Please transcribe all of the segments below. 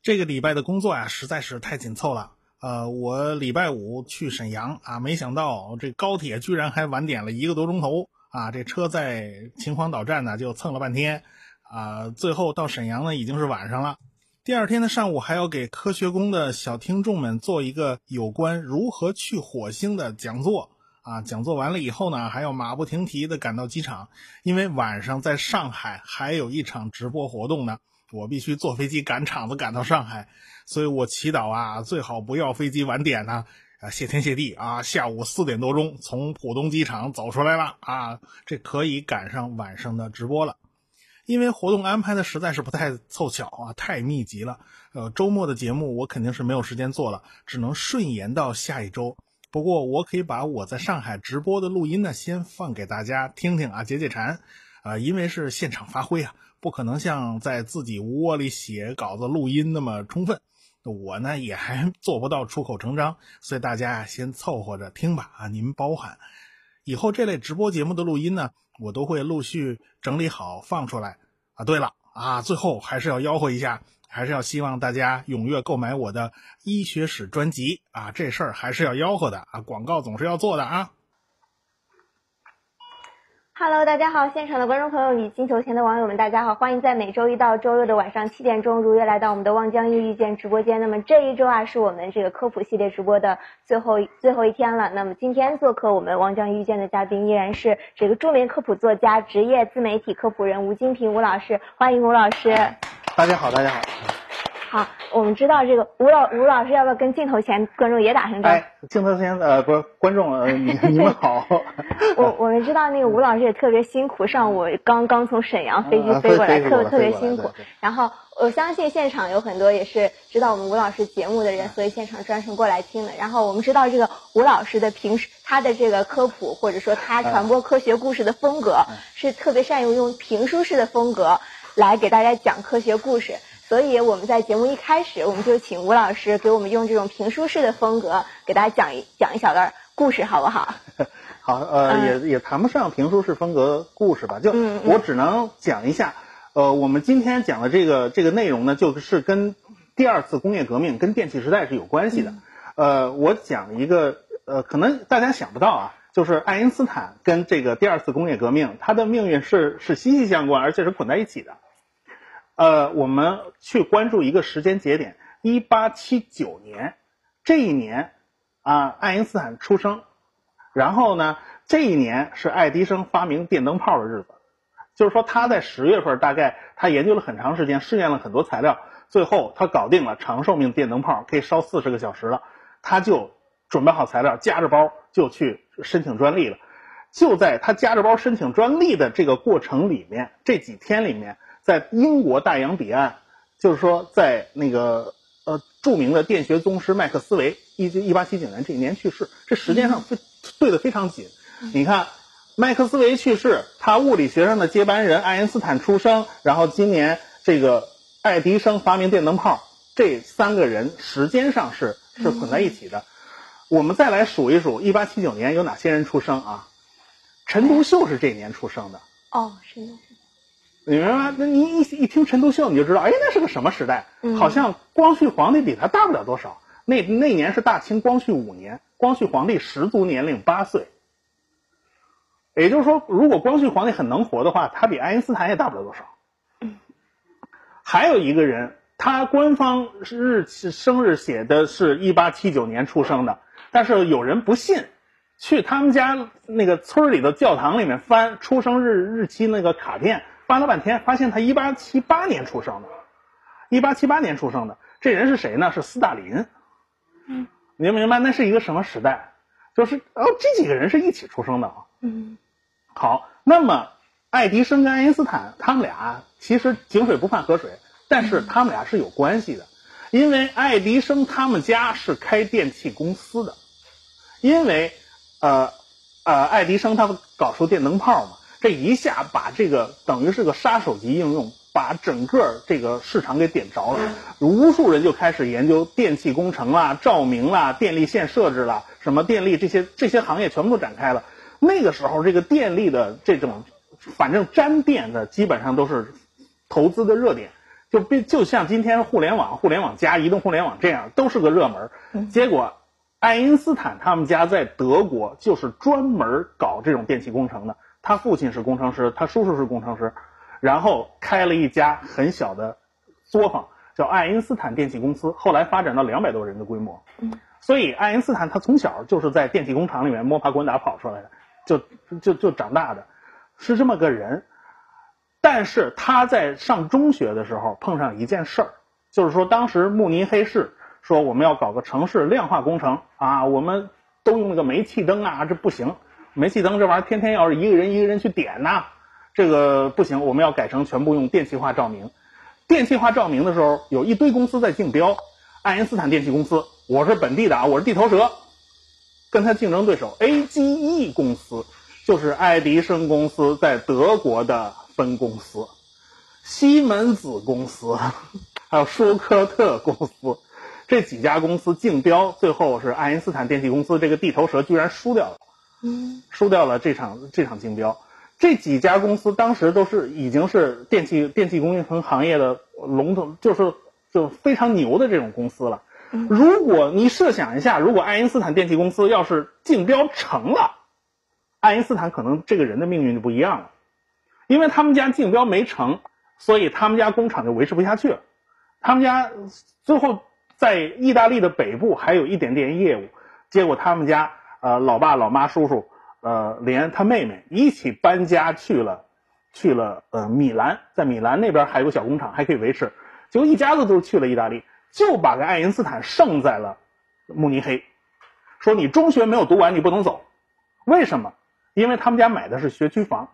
这个礼拜的工作呀，实在是太紧凑了。我礼拜五去沈阳啊，没想到这高铁居然还晚点了1个多钟头啊！这车在秦皇岛站呢就蹭了半天啊，最后到沈阳呢已经是晚上了。第二天的上午还要给科学宫的小听众们做一个有关如何去火星的讲座啊。讲座完了以后呢，还要马不停蹄的赶到机场，因为晚上在上海还有一场直播活动呢。我必须坐飞机赶场子赶到上海，所以我祈祷啊，最好不要飞机晚点呢。谢天谢地啊，下午4点多钟从浦东机场走出来了啊，这可以赶上晚上的直播了。因为活动安排的实在是不太凑巧啊，太密集了。周末的节目我肯定是没有时间做了，只能顺延到下一周。不过我可以把我在上海直播的录音呢，先放给大家听听啊，解解馋。因为是现场发挥啊，不可能像在自己窝里写稿子录音那么充分。我呢也还做不到出口成章，所以大家先凑合着听吧啊，您包涵。以后这类直播节目的录音呢，我都会陆续整理好放出来啊。对了啊，最后还是要吆喝一下，还是要希望大家踊跃购买我的医学史专辑啊，这事儿还是要吆喝的啊，广告总是要做的啊。 Hello， 大家好，现场的观众朋友与星球前的网友们，大家好，欢迎在每周一到周六的晚上7点钟如约来到我们的望江易遇见直播间。那么这一周啊，是我们这个科普系列直播的最后一天了。那么今天做客我们望江易遇见的嘉宾依然是这个著名科普作家、职业自媒体科普人吴金平吴老师，欢迎吴老师。 大家好，大家好。 好，我们知道这个吴老师要不要跟镜头前观众也打声招呼？ 镜头前不是观众你们好。 我们知道那个吴老师也特别辛苦，上午刚从沈阳飞机飞过来，特别辛苦。然后我相信现场有很多也是知道我们吴老师节目的人，所以现场专程过来听的。然后我们知道这个吴老师的平时他的这个科普或者说他传播科学故事的风格是特别善于用评书式的风格来给大家讲科学故事。所以我们在节目一开始，我们就请吴老师给我们用这种评书式的风格给大家讲一小段故事，好不好？ 好，也谈不上评书式风格故事吧，就我只能讲一下，我们今天讲的这个内容呢，就是跟第2次工业革命跟电气时代是有关系的。我讲一个可能大家想不到啊，就是爱因斯坦跟这个第2次工业革命，他的命运是息息相关，而且是捆在一起的。我们去关注一个时间节点，1879年，这一年啊，爱因斯坦出生，然后呢，这一年是爱迪生发明电灯泡的日子，就是说他在10月份，大概他研究了很长时间，试验了很多材料，最后他搞定了长寿命电灯泡，可以烧40个小时了，他就准备好材料，夹着包就去申请专利了。就在他夹着包申请专利的这个过程里面，这几天里面，在英国大洋彼岸，就是说在那个著名的电学宗师麦克斯韦1879年这一年去世，这时间上对得非常紧。你看麦克斯韦去世，他物理学上的接班人爱因斯坦出生，然后今年这个爱迪生发明电灯泡，这3个人时间上是捆在一起的。我们再来数一数1879年有哪些人出生啊？陈独秀是这一年出生的。 哦，陈独秀。 你明白吗？那你一听陈独秀，你就知道，哎，那是个什么时代？好像光绪皇帝比他大不了多少。那年是大清光绪5年，光绪皇帝实足年龄8岁。也就是说，如果光绪皇帝很能活的话，他比爱因斯坦也大不了多少。还有一个人，他官方生日写的是1879年出生的，但是有人不信，去他们家那个村里的教堂里面翻出生日期那个卡片，翻了半天，发现他1878年出生的。1878年出生的，这人是谁呢？是斯大林。你明白那是一个什么时代？就是这几个人是一起出生的啊。好，那么爱迪生跟爱因斯坦他们俩其实井水不犯河水，但是他们俩是有关系的，因为爱迪生他们家是开电器公司的，因为爱迪生他们搞出电灯泡嘛，这一下把这个等于是个杀手级应用，把整个这个市场给点着了，无数人就开始研究电气工程啦、照明啦、电力线设置啦，什么电力这些行业全部都展开了。那个时候这个电力的这种反正沾电的基本上都是投资的热点， 就像今天互联网加移动互联网这样，都是个热门。结果爱因斯坦他们家在德国就是专门搞这种电气工程的，他父亲是工程师，他叔叔是工程师，然后开了一家很小的作坊，叫爱因斯坦电气公司，后来发展到200多人的规模。所以爱因斯坦他从小就是在电气工厂里面摸爬滚打跑出来的，就长大的，是这么个人。但是他在上中学的时候碰上一件事儿，就是说当时慕尼黑市说我们要搞个城市亮化工程啊，我们都用那个煤气灯啊，这不行，煤气灯这玩意儿天天要是一个人去点呐，这个不行，我们要改成全部用电气化照明。电气化照明的时候有一堆公司在竞标，爱因斯坦电气公司，我是本地的啊，我是地头蛇，跟他竞争对手 AGE 公司，就是爱迪生公司在德国的分公司，西门子公司还有舒克特公司，这几家公司竞标，最后是爱因斯坦电气公司这个地头蛇居然输掉了，输掉了这场竞标。这几家公司当时都是已经是电气工程行业的龙头，就非常牛的这种公司了。如果你设想一下，如果爱因斯坦电气公司要是竞标成了，爱因斯坦可能这个人的命运就不一样了。因为他们家竞标没成，所以他们家工厂就维持不下去了。他们家最后在意大利的北部还有一点点业务，结果他们家老爸老妈叔叔连他妹妹一起搬家去了米兰，在米兰那边还有个小工厂还可以维持，结果一家子都去了意大利，就把个爱因斯坦剩在了慕尼黑，说你中学没有读完你不能走。为什么？因为他们家买的是学区房。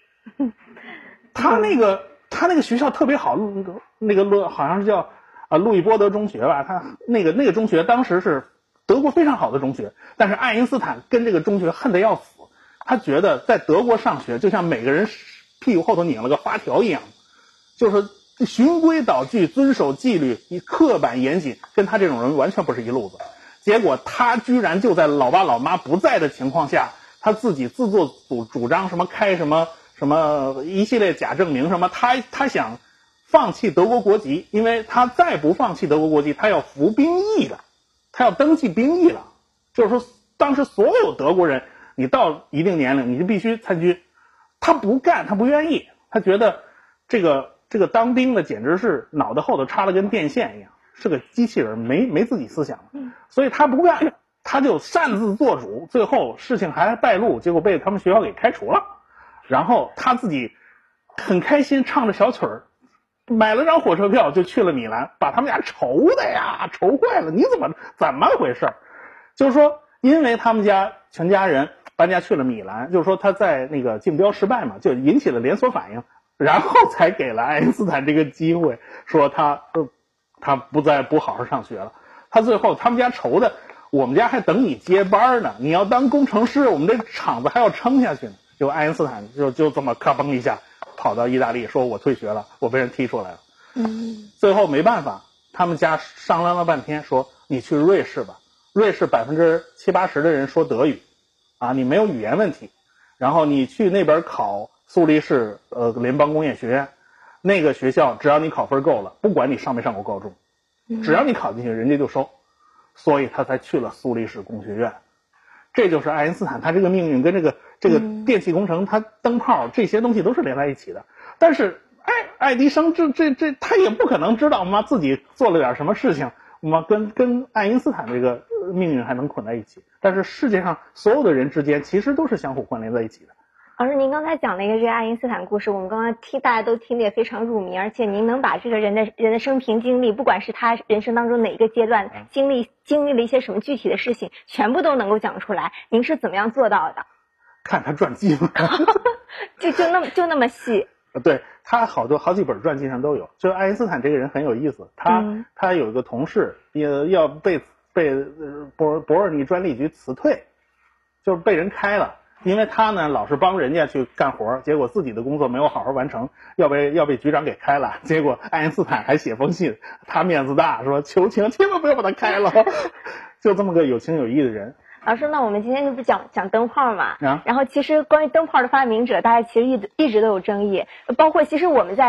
他那个学校特别好，那个好像是叫路易波德中学吧，他那个中学当时是德国非常好的中学，但是爱因斯坦跟这个中学恨得要死，他觉得在德国上学就像每个人屁股后头拧了个发条一样，就是循规蹈矩，遵守纪律，刻板严谨，跟他这种人完全不是一路子。结果他居然就在老爸老妈不在的情况下，他自己自作主张什么开什么一系列假证明什么，他想放弃德国国籍，因为他再不放弃德国国籍，他要服兵役了，他要登记兵役了。就是说当时所有德国人，你到一定年龄你就必须参军，他不干，他不愿意，他觉得这个当兵的简直是脑袋后头插了根电线一样，是个机器人，没自己思想，所以他不干，他就擅自做主，最后事情还败露，结果被他们学校给开除了。然后他自己很开心，唱着小曲儿，买了张火车票就去了米兰，把他们家愁的呀，愁坏了。你怎么回事？就是说，因为他们家全家人搬家去了米兰，就是说他在那个竞标失败嘛，就引起了连锁反应，然后才给了爱因斯坦这个机会，说他不好好上学了。他最后他们家愁的，我们家还等你接班呢，你要当工程师，我们这厂子还要撑下去呢。就爱因斯坦就这么咔嘣一下跑到意大利，说我退学了，我被人踢出来了。最后没办法，他们家商量了半天，说你去瑞士吧，瑞士70%-80%的人说德语啊，你没有语言问题，然后你去那边考苏黎世联邦工业学院，那个学校只要你考分够了，不管你上没上过高中，只要你考进去人家就收，所以他才去了苏黎世工学院。这就是爱因斯坦他这个命运跟这个电气工程，他灯泡这些东西都是连在一起的。但是爱迪生这他也不可能知道嘛，自己做了点什么事情嘛，跟爱因斯坦这个命运还能捆在一起。但是世界上所有的人之间其实都是相互关联在一起的。 老师，您刚才讲了一个这个爱因斯坦故事，我们刚刚大家都听得也非常入迷，而且您能把这个人的生平经历，不管是他人生当中哪一个阶段经历了一些什么具体的事情，全部都能够讲出来。您是怎么样做到的？ 看他传记嘛， 就那么细。 对，他好几本传记上都有。就爱因斯坦这个人很有意思，他有一个同事也要被伯尔尼专利局辞退，就是被人开了。因为他呢老是帮人家去干活，结果自己的工作没有好好完成，要被局长给开了。结果爱因斯坦还写封信，他面子大，说求情千万不要把他开了。就这么个有情有义的人。 老师，那我们今天就不讲灯泡嘛，然后其实关于灯泡的发明者，大家其实一直都有争议，包括其实我们在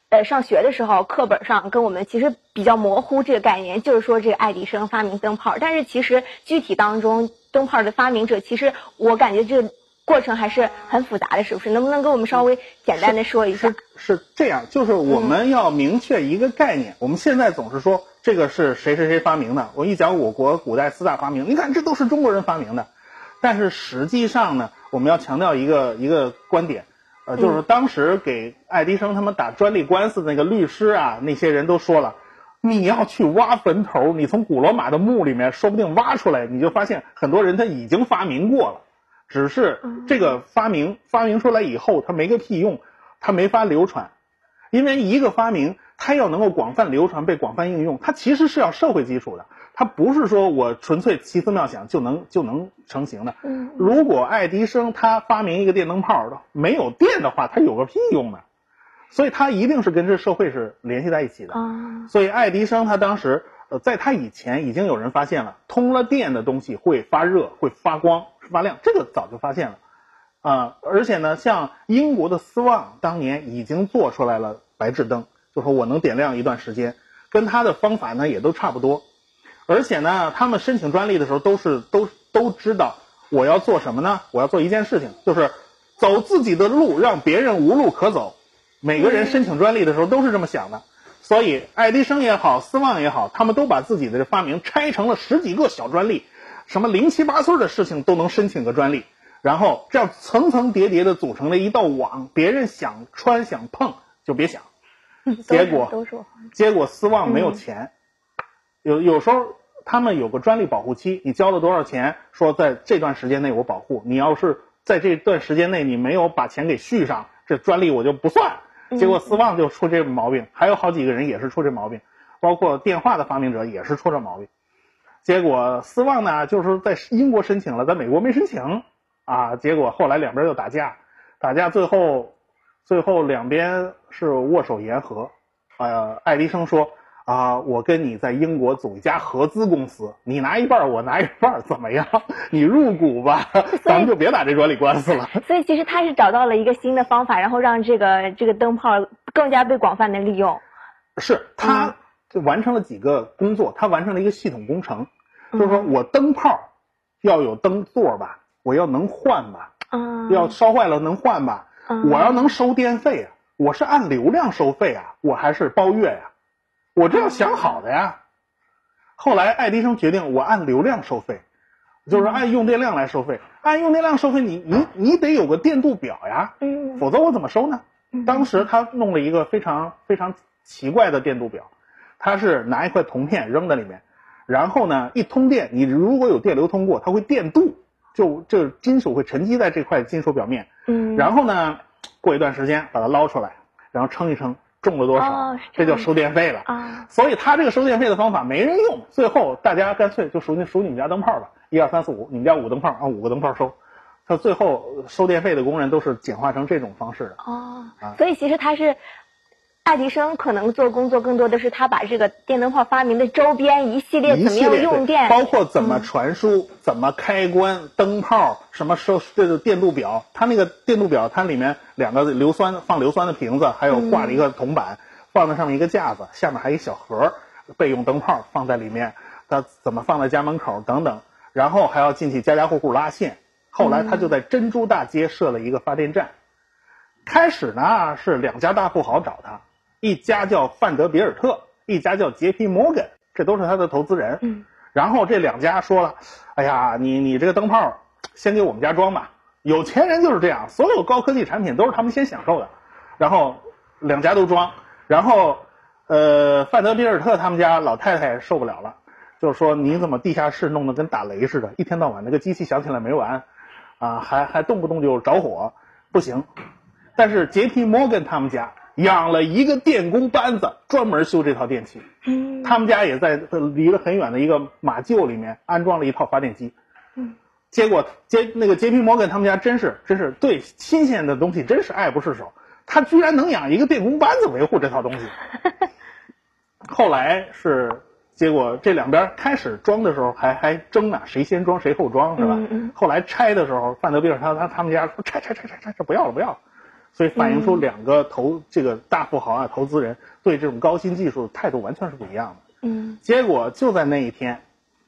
上学的时候课本上跟我们其实比较模糊这个概念，就是说这个爱迪生发明灯泡，但是其实具体当中灯泡的发明者，其实我感觉这个过程还是很复杂的，是不是？能不能跟我们稍微简单的说一下？ 是这样，就是我们要明确一个概念。我们现在总是说这个是谁谁谁发明的，我一讲我国古代4大发明，你看这都是中国人发明的。但是实际上呢，我们要强调一个观点，就是当时给爱迪生他们打专利官司的那个律师啊，那些人都说了，你要去挖坟头，你从古罗马的墓里面说不定挖出来，你就发现很多人他已经发明过了，只是这个发明出来以后，它没个屁用，它没法流传。因为一个发明，它要能够广泛流传、被广泛应用，它其实是要社会基础的。它不是说我纯粹奇思妙想就能成型的。如果爱迪生他发明一个电灯泡的，没有电的话，他有个屁用呢？所以他一定是跟这社会是联系在一起的。所以爱迪生他当时在他以前已经有人发现了，通了电的东西会发热、会发光、发亮，这个早就发现了。而且呢，像英国的斯旺当年已经做出来了白炽灯，就说我能点亮一段时间，跟他的方法呢也都差不多。而且呢，他们申请专利的时候都知道我要做什么呢？我要做一件事情，就是走自己的路，让别人无路可走。每个人申请专利的时候都是这么想的。所以爱迪生也好，斯旺也好，他们都把自己的发明拆成了10几个小专利，什么零七八碎的事情都能申请个专利，然后这样层层叠叠的组成了一道网，别人想穿想碰就别想。结果斯旺没有钱。有时候他们有个专利保护期，你交了多少钱，说在这段时间内我保护，你要是在这段时间内你没有把钱给续上，这专利我就不算。结果斯旺就出这毛病，还有好几个人也是出这毛病，包括电话的发明者也是出这毛病。结果斯旺呢就是在英国申请了，在美国没申请啊，结果后来两边又打架，最后两边是握手言和。爱迪生说我跟你在英国组一家合资公司，你拿一半我拿一半，怎么样？你入股吧，咱们就别打这专利官司了。 所以其实他是找到了一个新的方法，然后让这个灯泡更加被广泛的利用。 是他完成了几个工作，他完成了一个系统工程，就是说我灯泡要有灯座吧，我要能换吧，要烧坏了能换吧，我要能收电费啊，我是按流量收费啊，我还是包月呀？我这要想好的呀。后来爱迪生决定我按流量收费，就是按用电量来收费。按用电量收费，你得有个电度表呀，否则我怎么收呢？当时他弄了一个非常非常奇怪的电度表，他是拿一块铜片扔在里面，然后呢一通电，你如果有电流通过，它会电镀，就这金属会沉积在这块金属表面，然后呢过一段时间把它捞出来，然后称一称中了多少，这叫收电费了。所以他这个收电费的方法没人用，最后大家干脆就数你们家灯泡吧，1、2、3、4、5，你们家5灯泡，按5个灯泡收。他最后收电费的工人都是简化成这种方式的。 所以其实他是爱迪生可能做工作更多的是他把这个电灯泡发明的周边一系列怎么样用电， 包括怎么传输，怎么开关灯泡，什么这个电度表，它那个电度表它里面2个放硫酸的瓶子，还有挂了一个铜板，放在上面一个架子，下面还有一小盒备用灯泡放在里面，它怎么放在家门口等等，然后还要进去家户户拉线。后来他就在珍珠大街设了一个发电站。开始呢是2家大富豪找他，一家叫范德比尔特，一家叫杰皮摩根，这都是他的投资人。然后这2家说了，哎呀，你这个灯泡先给我们家装吧，有钱人就是这样，所有高科技产品都是他们先享受的。然后2家都装，然后范德比尔特他们家老太太受不了了，就是说你怎么地下室弄得跟打雷似的，一天到晚那个机器响起来没完还动不动就着火，不行。但是杰皮摩根他们家养了一个电工班子，专门修这套电器。他们家也在离得很远的一个马厩里面安装了一套发电机。结果那个杰皮摩根他们家真是对新鲜的东西真是爱不释手，他居然能养一个电工班子维护这套东西。后来结果这2边开始装的时候还争呢，谁先装谁后装是吧？后来拆的时候，范德比尔他们家说拆，不要了。 所以反映出两个这个大富豪啊投资人对这种高新技术的态度完全是不一样的。结果就在那一天，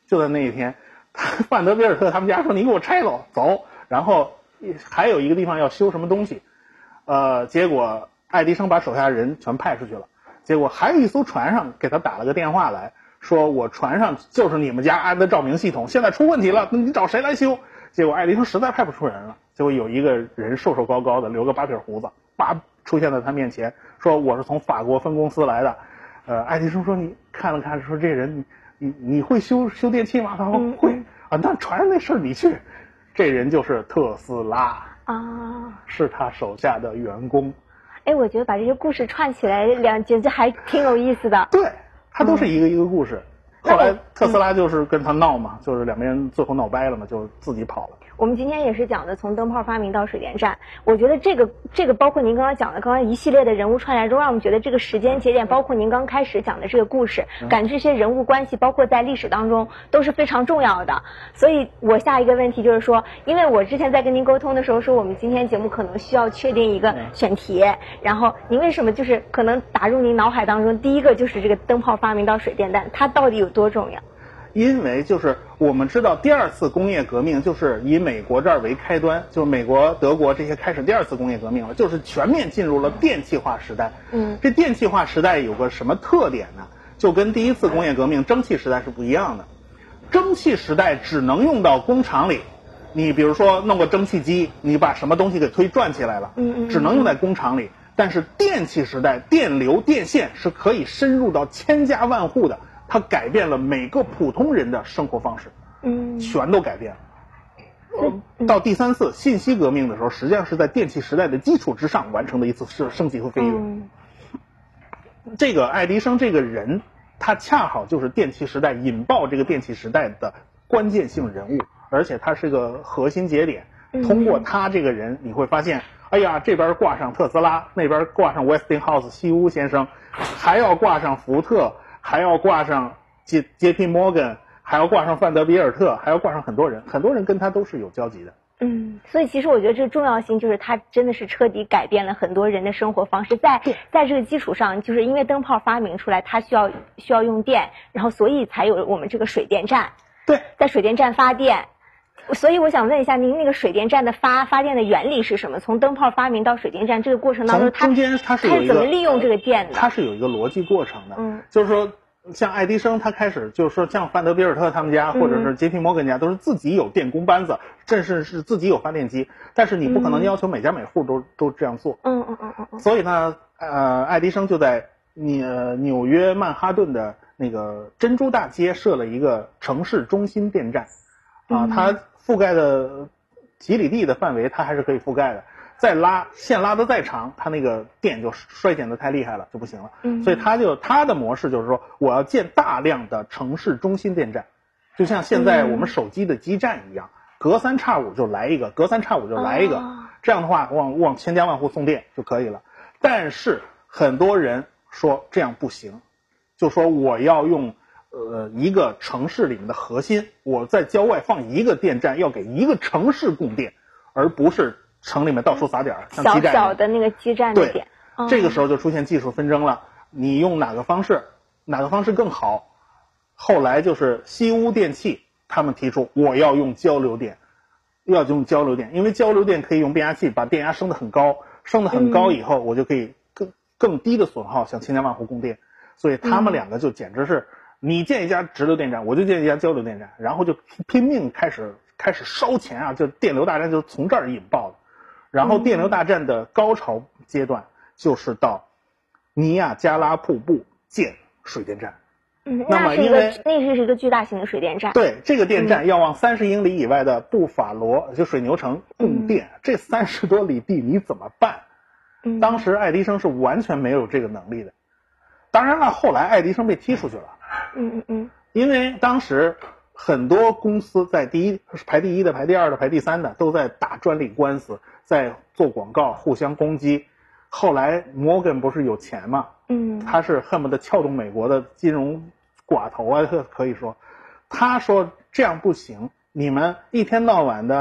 范德比尔特他们家说你给我拆了走，然后还有一个地方要修什么东西，结果爱迪生把手下人全派出去了，结果还有一艘船上给他打了个电话来说，我船上就是你们家安的照明系统现在出问题了，那你找谁来修？结果爱迪生实在派不出人了，结果有一个人瘦瘦高高的留个8撇胡子出现在他面前说我是从法国分公司来的。爱迪生说你看了看说这人你会修电器吗？他说会啊，那船上那事儿你去。这人就是特斯拉啊，是他手下的员工。 哎，我觉得把这些故事串起来简直还挺有意思的。 对，他都是一个一个故事。后来特斯拉就是跟他闹嘛，就是两边最后闹掰了嘛，就自己跑了。 我们今天也是讲的从灯泡发明到水电站，我觉得这个包括您刚刚讲的刚刚一系列的人物串联中，让我们觉得这个时间节点，包括您刚开始讲的这个故事，感觉这些人物关系包括在历史当中都是非常重要的。所以我下一个问题就是说，因为我之前在跟您沟通的时候说我们今天节目可能需要确定一个选题，然后您为什么就是可能打入您脑海当中第一个就是这个灯泡发明到水电站，它到底有多重要？ 因为就是我们知道第二次工业革命就是以美国这儿为开端，就是美国德国这些开始第二次工业革命了，就是全面进入了电气化时代。这电气化时代有个什么特点呢？就跟第一次工业革命蒸汽时代是不一样的。蒸汽时代只能用到工厂里，你比如说弄个蒸汽机，你把什么东西给推转起来了，只能用在工厂里。但是电气时代电流电线是可以深入到千家万户的，它改变了每个普通人的生活方式，全都改变了。到第三次信息革命的时候，实际上是在电气时代的基础之上完成的一次升级和飞跃。这个爱迪生这个人，他恰好就是电气时代引爆这个电气时代的关键性人物，而且他是个核心节点。通过他这个人，你会发现，哎呀，这边挂上特斯拉，那边挂上 Westinghouse 西屋先生，还要挂上福特，还要挂上JP Morgan， 还要挂上范德比尔特，还要挂上很多人，很多人跟他都是有交集的。 所以其实我觉得这个重要性就是它真的是彻底改变了很多人的生活方式。在这个基础上，就是因为灯泡发明出来，它需要用电，然后所以才有我们这个水电站。 对， 在水电站发电。所以我想问一下，您那个水电站的发电的原理是什么？从灯泡发明到水电站这个过程当中， 中间它是有一个怎么利用这个电的？ 它是有一个逻辑过程的。就是说像爱迪生他开始就是说像范德比尔特他们家或者是 JP Morgan 家都是自己有电工班子，甚至是自己有发电机，但是你不可能要求每家每户都这样做。所以呢爱迪生就在纽约曼哈顿的那个珍珠大街设了一个城市中心电站它覆盖的几里地的范围它还是可以覆盖的，线拉得再长，它那个电就衰减得太厉害了就不行了。所以它的模式就是说我要建大量的城市中心电站，就像现在我们手机的基站一样，隔三差五就来一个，隔三差五就来一个，这样的话往千家万户送电就可以了。但是很多人说这样不行，就说我要用一个城市里面的核心，我在郊外放一个电站，要给一个城市供电，而不是城里面到处撒点像基站小的那个基站的点。 这个时候就出现技术纷争了，你用哪个方式更好？后来就是西屋电器他们提出我要用交流电，因为交流电可以用变压器把电压升得很高以后，我就可以更低的损耗向千家万户供电。所以他们两个就简直是你建一家直流电站，我就建一家交流电站，然后就拼命开始烧钱啊！就电流大战就从这儿引爆的。然后电流大战的高潮阶段就是到尼亚加拉瀑布建水电站。那么因为那是一个巨大型的水电站。 对，这个电站要往30英里以外的布法罗就水牛城供电，这30多里地你怎么办？当时爱迪生是完全没有这个能力的。当然了，后来爱迪生被踢出去了。因为当时很多公司在排第一的、排第二的、排第三的都在打专利官司，在做广告互相攻击。后来摩根不是有钱嘛，他是恨不得撬动美国的金融寡头啊，可以说，他说这样不行，你们一天到晚的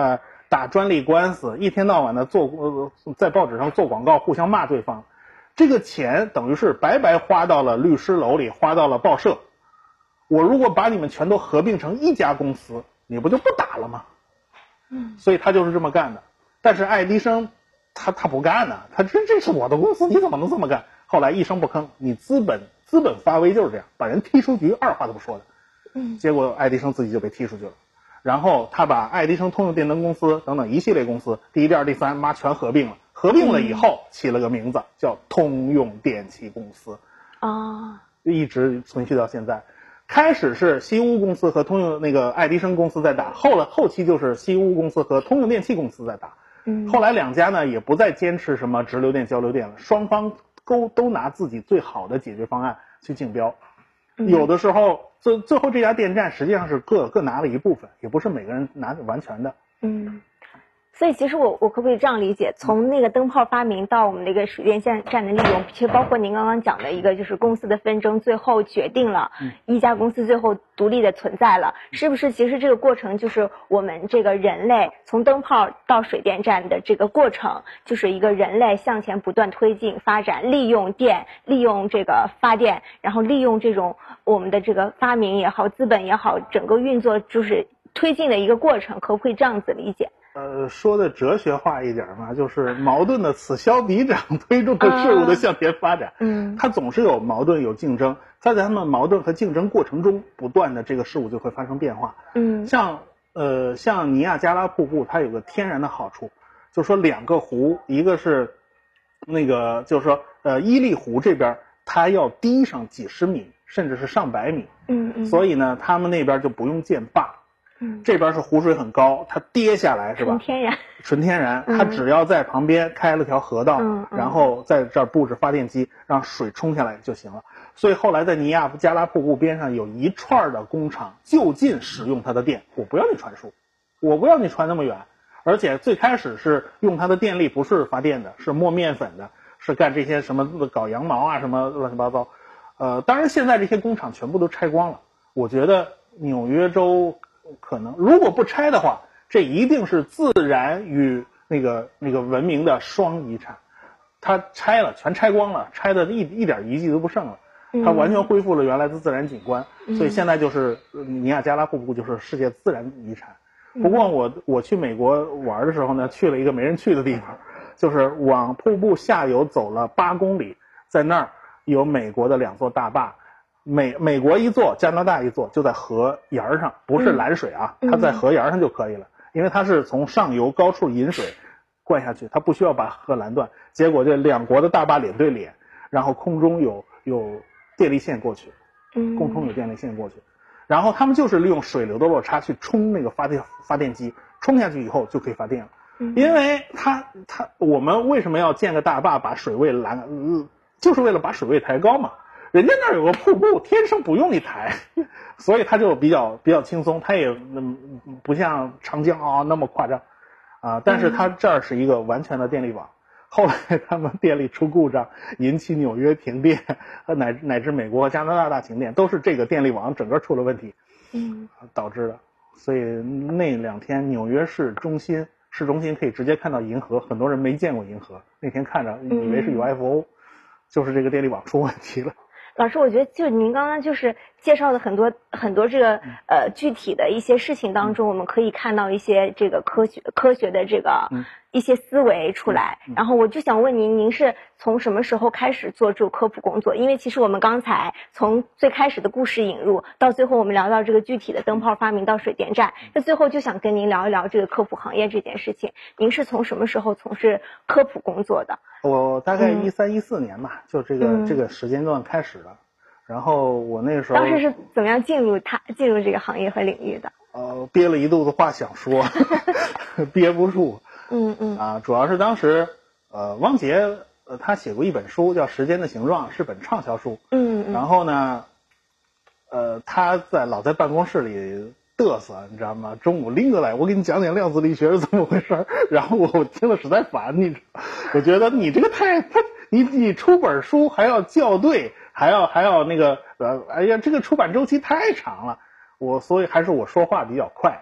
打专利官司，一天到晚的在报纸上做广告，互相骂对方，这个钱等于是白白花到了律师楼里，花到了报社。我如果把你们全都合并成一家公司，你不就不打了吗？所以他就是这么干的。但是爱迪生他不干呢，他这是我的公司，你怎么能这么干？后来一声不吭，你资本发威就是这样，把人踢出局，二话都不说的。结果爱迪生自己就被踢出去了。然后他把爱迪生通用电灯公司等等一系列公司第一、第二、第三全合并了。合并了以后起了个名字叫通用电气公司，一直存续到现在。开始是西屋公司和通用爱迪生公司在打，后期就是西屋公司和通用电气公司在打。后来两家呢也不再坚持什么直流电交流电了，双方都拿自己最好的解决方案去竞标。有的时候最后这家电站实际上是各拿了一部分，也不是每个人拿完全的。 所以其实我可不可以这样理解，从那个灯泡发明到我们那个水电站的利用，其实包括您刚刚讲的一个就是公司的纷争，最后决定了一家公司最后独立的存在了，是不是其实这个过程就是我们这个人类从灯泡到水电站的这个过程，就是一个人类向前不断推进发展，利用电，利用这个发电，然后利用这种我们的这个发明也好，资本也好，整个运作就是推进的一个过程，可不可以这样子理解？ 说的哲学化一点嘛，就是矛盾的此消彼长推动着事物的向前发展。它总是有矛盾有竞争，在他们矛盾和竞争过程中，不断的这个事物就会发生变化。像尼亚加拉瀑布，它有个天然的好处，就是说两个湖，一个是就是说伊利湖这边它要低上几十米，甚至是上百米。所以呢，他们那边就不用建坝。这边是湖水很高，它跌下来是吧？纯天然，它只要在旁边开了条河道，然后在这儿布置发电机，让水冲下来就行了。所以后来在尼亚加拉瀑布边上有一串的工厂就近使用它的电，我不要你传输，我不要你传那么远，而且最开始是用它的电力不是发电的，是磨面粉的，是干这些什么搞羊毛啊什么乱七八糟。当然现在这些工厂全部都拆光了，我觉得纽约州可能如果不拆的话，这一定是自然与那个文明的双遗产。它拆了，全拆光了，拆的一点遗迹都不剩了，它完全恢复了原来的自然景观。所以现在就是尼亚加拉瀑布就是世界自然遗产。不过我去美国玩的时候呢，去了一个没人去的地方，就是往瀑布下游走了8公里，在那儿有美国的2座大坝。美国一座，加拿大一座，就在河沿上，不是拦水啊，它在河沿上就可以了，因为它是从上游高处引水灌下去，它不需要把河拦断。结果这2国的大坝脸对脸，然后空中有电力线过去，共同有电力线过去，然后他们就是利用水流的落差去冲那个发电机，冲下去以后就可以发电了。因为我们为什么要建个大坝把水位就是为了把水位抬高嘛。人家那儿有个瀑布，天生不用你抬，所以它就比较轻松，它也不像长江那么夸张但是它这儿是一个完全的电力网。后来他们电力出故障，引起纽约停电，乃至美国和加拿大大停电，都是这个电力网整个出了问题，导致的。所以那2天纽约市中心可以直接看到银河，很多人没见过银河，那天看着以为是 UFO，就是这个电力网出问题了。 老师，我觉得就您刚刚就是介绍的很多这个具体的一些事情当中，我们可以看到一些这个科学的这个一些思维出来。然后我就想问您是从什么时候开始做这种科普工作？因为其实我们刚才从最开始的故事引入，到最后我们聊到这个具体的灯泡发明到水电站，那最后就想跟您聊一聊这个科普行业这件事情。您是从什么时候从事科普工作的？ 我大概13、14年吧，就这个时间段开始的。然后我那个时候当时是怎么样进入这个行业和领域的？ 憋了一肚子话想说，憋不住。主要是当时汪杰他写过一本书叫《时间的形状》，是本畅销书。然后呢他老在办公室里嘚瑟，你知道吗？中午拎过来，我给你讲量子力学是怎么回事。然后我听了实在烦，我觉得你这个你出本书还要校对，还要那个哎呀，这个出版周期太长了。所以还是我说话比较快。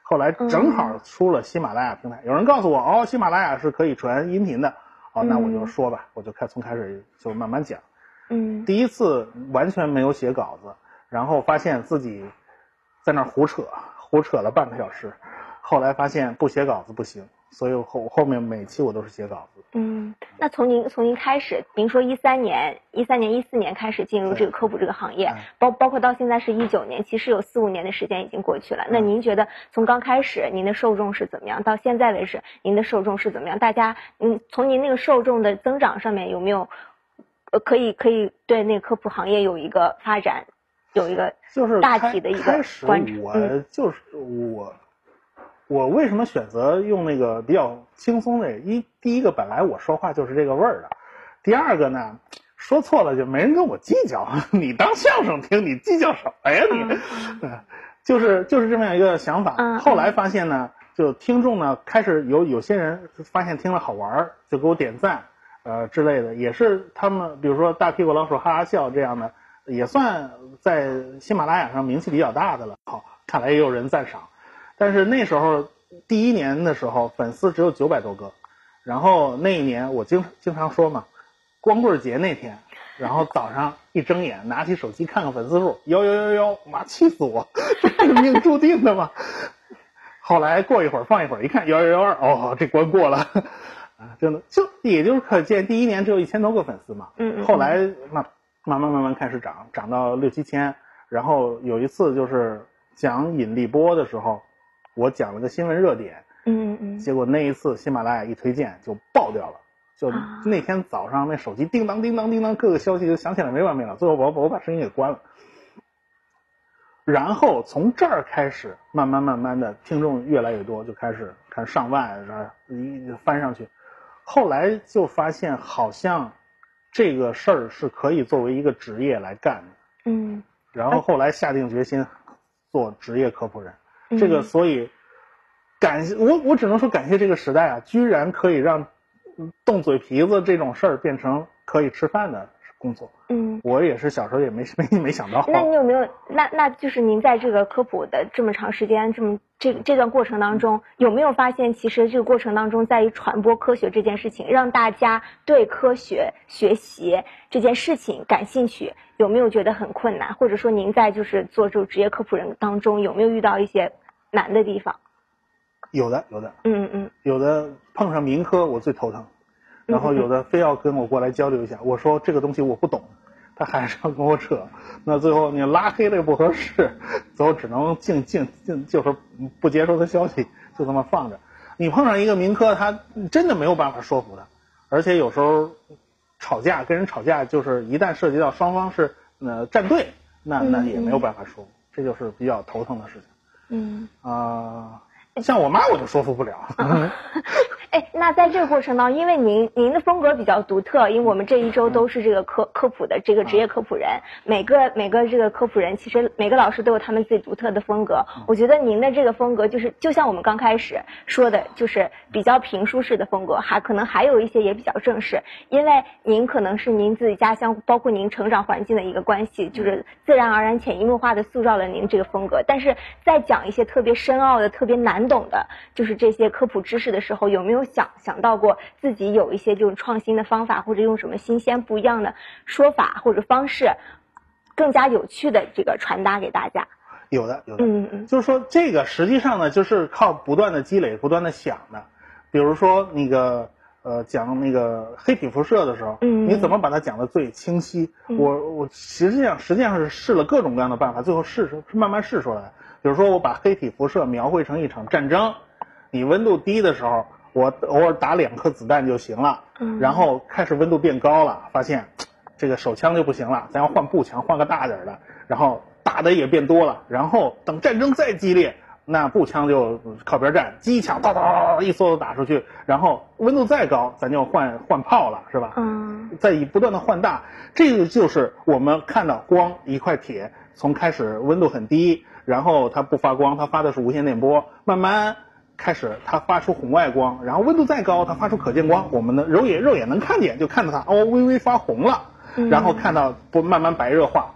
后来正好出了喜马拉雅平台，有人告诉我喜马拉雅是可以传音频的，那我就说吧，我就从开始就慢慢讲。第一次完全没有写稿子，然后发现自己在那儿胡扯了半个小时，后来发现不写稿子不行，所以后面每期我都是写稿子。 那从您开始，您说13年、14年开始进入这个科普这个行业，包括到现在是19年，其实有4、5年的时间已经过去了。那您觉得从刚开始您的受众是怎么样，到现在为止您的受众是怎么样？大家从您那个受众的增长上面有没有可以对那个科普行业有一个发展，有一个大体的一个观察？ 我为什么选择用那个比较轻松的？第一个本来我说话就是这个味儿的，第二个呢，说错了就没人跟我计较。你当相声听，你计较什么呀你？就是这么样一个想法。后来发现呢，就听众呢开始有些人发现听了好玩，就给我点赞之类的，也是他们比如说大屁股老鼠哈哈笑这样的，也算在喜马拉雅上名气比较大的了。好，看来也有人赞赏。但是那时候第1年的时候粉丝只有900多个，然后那一年我经常说嘛，光棍节那天，然后早上一睁眼拿起手机看看粉丝数，11111，妈气死我，这是命注定的嘛。后来过一会儿放一会儿一看11112，这关过了真的也就是可见第1年只有1000多个粉丝嘛。后来慢慢开始涨到6、7千，然后有一次就是讲引力波的时候，我讲了个新闻热点，结果那一次喜马拉雅一推荐就爆掉了，就那天早上那手机叮当叮当叮当，各个消息就响起来没完没了，最后我把声音给关了。然后从这儿开始慢慢的听众越来越多，就开始看上万翻上去，后来就发现好像这个事儿是可以作为一个职业来干的。然后后来下定决心做职业科普人。这个所以感谢我只能说感谢这个时代啊，居然可以让动嘴皮子这种事儿变成可以吃饭的工作。我也是小时候也没想到。 那你有没有那就是您在这个科普的这么长时间，这段过程当中，有没有发现其实这个过程当中在于传播科学这件事情，让大家对科学学习这件事情感兴趣，有没有觉得很困难？或者说您在就是做这种职业科普人当中有没有遇到一些难的地方？ 有的有的碰上民科我最头疼，然后有的非要跟我过来交流一下，我说这个东西我不懂，他还是要跟我扯，那最后你拉黑了也不合适，最后只能静就是不接收他消息，就这么放着。你碰上一个民科，他真的没有办法说服他，而且有时候跟人吵架，就是一旦涉及到双方是站队，那也没有办法说服，这就是比较头疼的事情。像我妈我就说服不了。 那在这个过程当中，因为您的风格比较独特，因为我们这一周都是这个科普的这个职业科普人，每个这个科普人其实每个老师都有他们自己独特的风格。我觉得您的这个风格就像我们刚开始说的，就是比较评书式的风格，可能还有一些也比较正式，因为您可能是您自己家乡包括您成长环境的一个关系，就是自然而然潜移默化的塑造了您这个风格。但是在讲一些特别深奥的特别难懂的就是这些科普知识的时候，有没有想到过自己有一些这种创新的方法，或者用什么新鲜不一样的说法或者方式，更加有趣的这个传达给大家？ 有的就是说这个实际上呢就是靠不断的积累不断的想的。比如说那个讲那个黑体辐射的时候，你怎么把它讲得最清晰？我实际上是试了各种各样的办法，最后慢慢试出来。比如说我把黑体辐射描绘成一场战争，你温度低的时候我偶尔打2颗子弹就行了，然后开始温度变高了，发现这个手枪就不行了，咱要换步枪，换个大点的，然后打的也变多了，然后等战争再激烈，那步枪就靠边站，机枪哒哒一梭子打出去，然后温度再高咱就换炮了，是吧？再以不断的换大，这个就是我们看到光一块铁从开始温度很低，然后它不发光，它发的是无线电波，慢慢开始它发出红外光，然后温度再高它发出可见光，我们的肉眼能看见，就看到它微微发红了，然后看到慢慢白热化，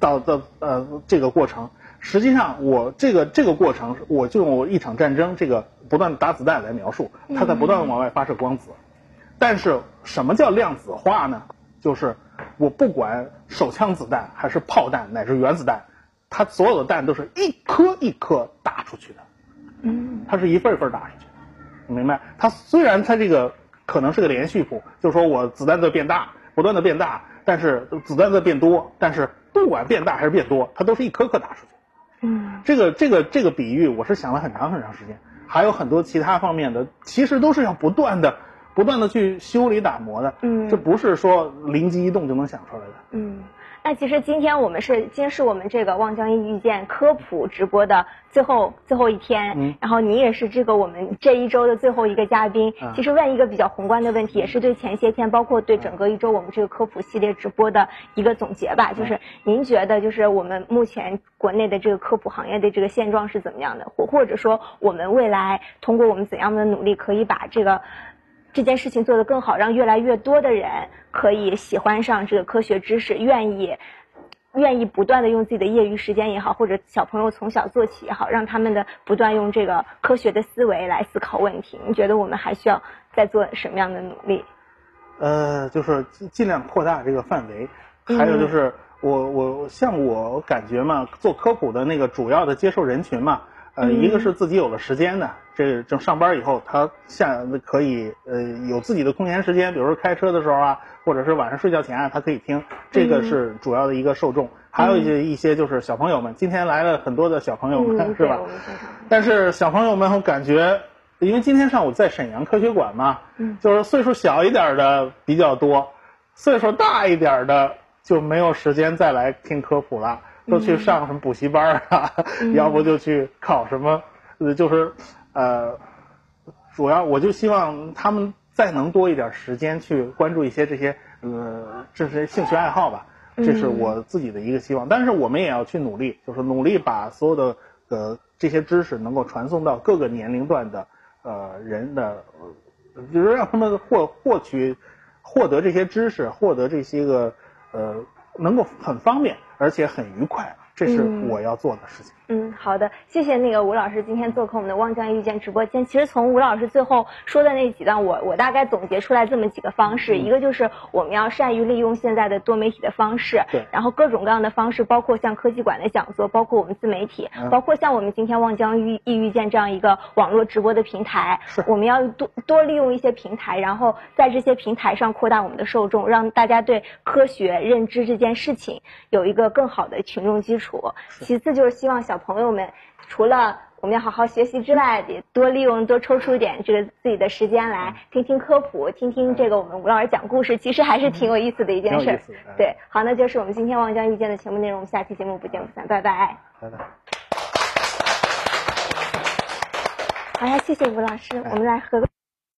到这个过程。实际上我这个过程，我就用一场战争这个不断打子弹来描述，它在不断往外发射光子。但是什么叫量子化呢？就是我不管手枪子弹还是炮弹乃至原子弹，它所有的弹都是一颗一颗打出去的，它是一份一份打出去，你明白？它虽然它这个可能是个连续谱，就是说我子弹在变大，不断的变大，但是子弹在变多，但是不管变大还是变多，它都是一颗颗打出去。这个比喻我是想了很长时间，还有很多其他方面的，其实都是要不断的去修理打磨的，这不是说灵机一动就能想出来的。 那其实今天是我们这个望江遇见科普直播的最后一天，然后你也是这个我们这一周的最后一个嘉宾。其实问一个比较宏观的问题，也是对前些天包括对整个一周我们这个科普系列直播的一个总结吧。就是您觉得就是我们目前国内的这个科普行业的这个现状是怎么样的，或者说我们未来通过我们怎样的努力可以把这件事情做得更好，让越来越多的人可以喜欢上这个科学知识，愿意不断的用自己的业余时间也好，或者小朋友从小做起也好，让他们的不断用这个科学的思维来思考问题。你觉得我们还需要再做什么样的努力？ 就是尽量扩大这个范围，还有就是我感觉嘛，做科普的那个主要的接受人群嘛，一个是自己有了时间的，这正上班以后，他可以有自己的空闲时间，比如说开车的时候啊，或者是晚上睡觉前啊，他可以听，这个是主要的一个受众。还有一些就是小朋友们，今天来了很多的小朋友们，是吧？但是小朋友们我感觉，因为今天上午在沈阳科学馆嘛，就是岁数小一点的比较多，岁数大一点的就没有时间再来听科普了。都去上什么补习班啊，要不就去考什么，就是主要我就希望他们再能多一点时间去关注一些这些兴趣爱好吧，这是我自己的一个希望。但是我们也要去努力，就是努力把所有的这些知识能够传送到各个年龄段的人的，就是让他们获得这些知识，获得这些个能够很方便而且很愉快，这是我要做的事情。 好的，谢谢吴老师今天做客我们的望江遇见直播间。其实从吴老师最后说的那几段，我大概总结出来这么几个方式，一个就是我们要善于利用现在的多媒体的方式， 对， 然后各种各样的方式，包括像科技馆的讲座，包括我们自媒体，包括像我们今天望江遇见这样一个网络直播的平台，我们要多利用一些平台，然后在这些平台上扩大我们的受众，让大家对科学认知这件事情有一个更好的群众基础。其次就是希望小朋友们除了我们要好好学习之外，也多抽出一点这个自己的时间来听听科普，听听这个我们吴老师讲故事，其实还是挺有意思的一件事。对，好，那就是我们今天望江遇见的节目内容，我们下期节目不见不散，拜拜。 拜拜。 好呀，谢谢吴老师，我们来合个。